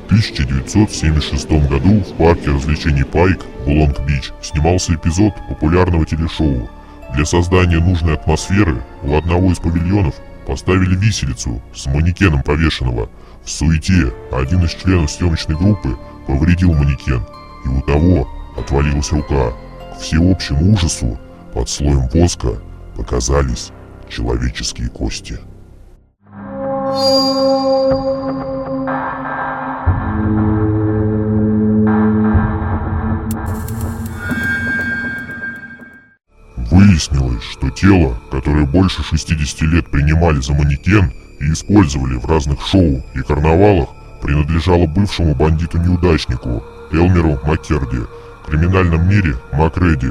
1976 году в парке развлечений Пайк в Лонг-Бич снимался эпизод популярного телешоу. Для создания нужной атмосферы у одного из павильонов поставили виселицу с манекеном повешенного. В суете один из членов съемочной группы повредил манекен, и у того отвалилась рука. К всеобщему ужасу под слоем воска показались человеческие кости. Выяснилось, что тело, которое больше 60 лет принимали за манекен и использовали в разных шоу и карнавалах, принадлежало бывшему бандиту-неудачнику Элмеру Маккерди, в криминальном мире Макреди,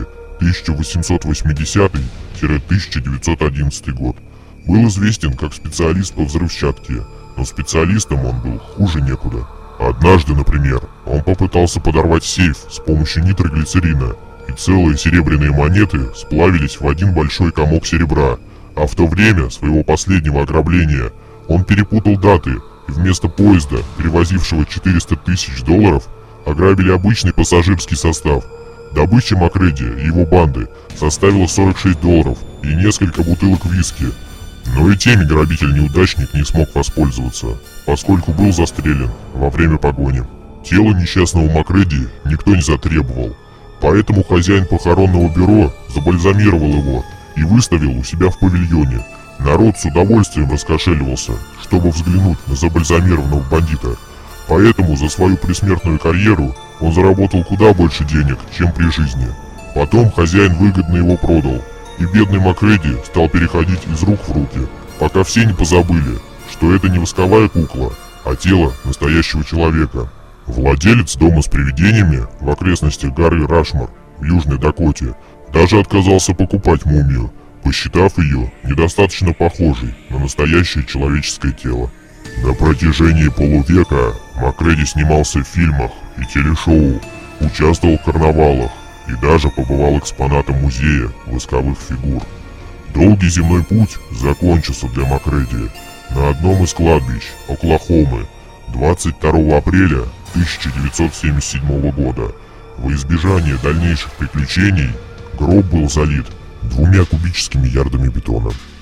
1880-1911 год. Был известен как специалист по взрывчатке, но специалистом он был хуже некуда. Однажды, например, он попытался подорвать сейф с помощью нитроглицерина, и целые серебряные монеты сплавились в один большой комок серебра, а в то время своего последнего ограбления он перепутал даты, и вместо поезда, перевозившего 400 тысяч долларов, ограбили обычный пассажирский состав. Добыча Макреди и его банды составила 46 долларов и несколько бутылок виски. Но и теми грабитель-неудачник не смог воспользоваться, поскольку был застрелен во время погони. Тело несчастного Макреди никто не затребовал, поэтому хозяин похоронного бюро забальзамировал его и выставил у себя в павильоне. Народ с удовольствием раскошеливался, чтобы взглянуть на забальзамированного бандита. Поэтому за свою предсмертную карьеру он заработал куда больше денег, чем при жизни. Потом хозяин выгодно его продал, и бедный Макреди стал переходить из рук в руки, пока все не позабыли, что это не восковая кукла, а тело настоящего человека. Владелец дома с привидениями в окрестностях горы Рашмор в Южной Дакоте даже отказался покупать мумию, посчитав ее недостаточно похожей на настоящее человеческое тело. На протяжении полувека Макреди снимался в фильмах и телешоу, участвовал в карнавалах и даже побывал экспонатом музея восковых фигур. Долгий земной путь закончился для Макреди на одном из кладбищ Оклахомы 22 апреля 1977 года. Во избежание дальнейших приключений гроб был залит 2 кубическими ярдами бетона.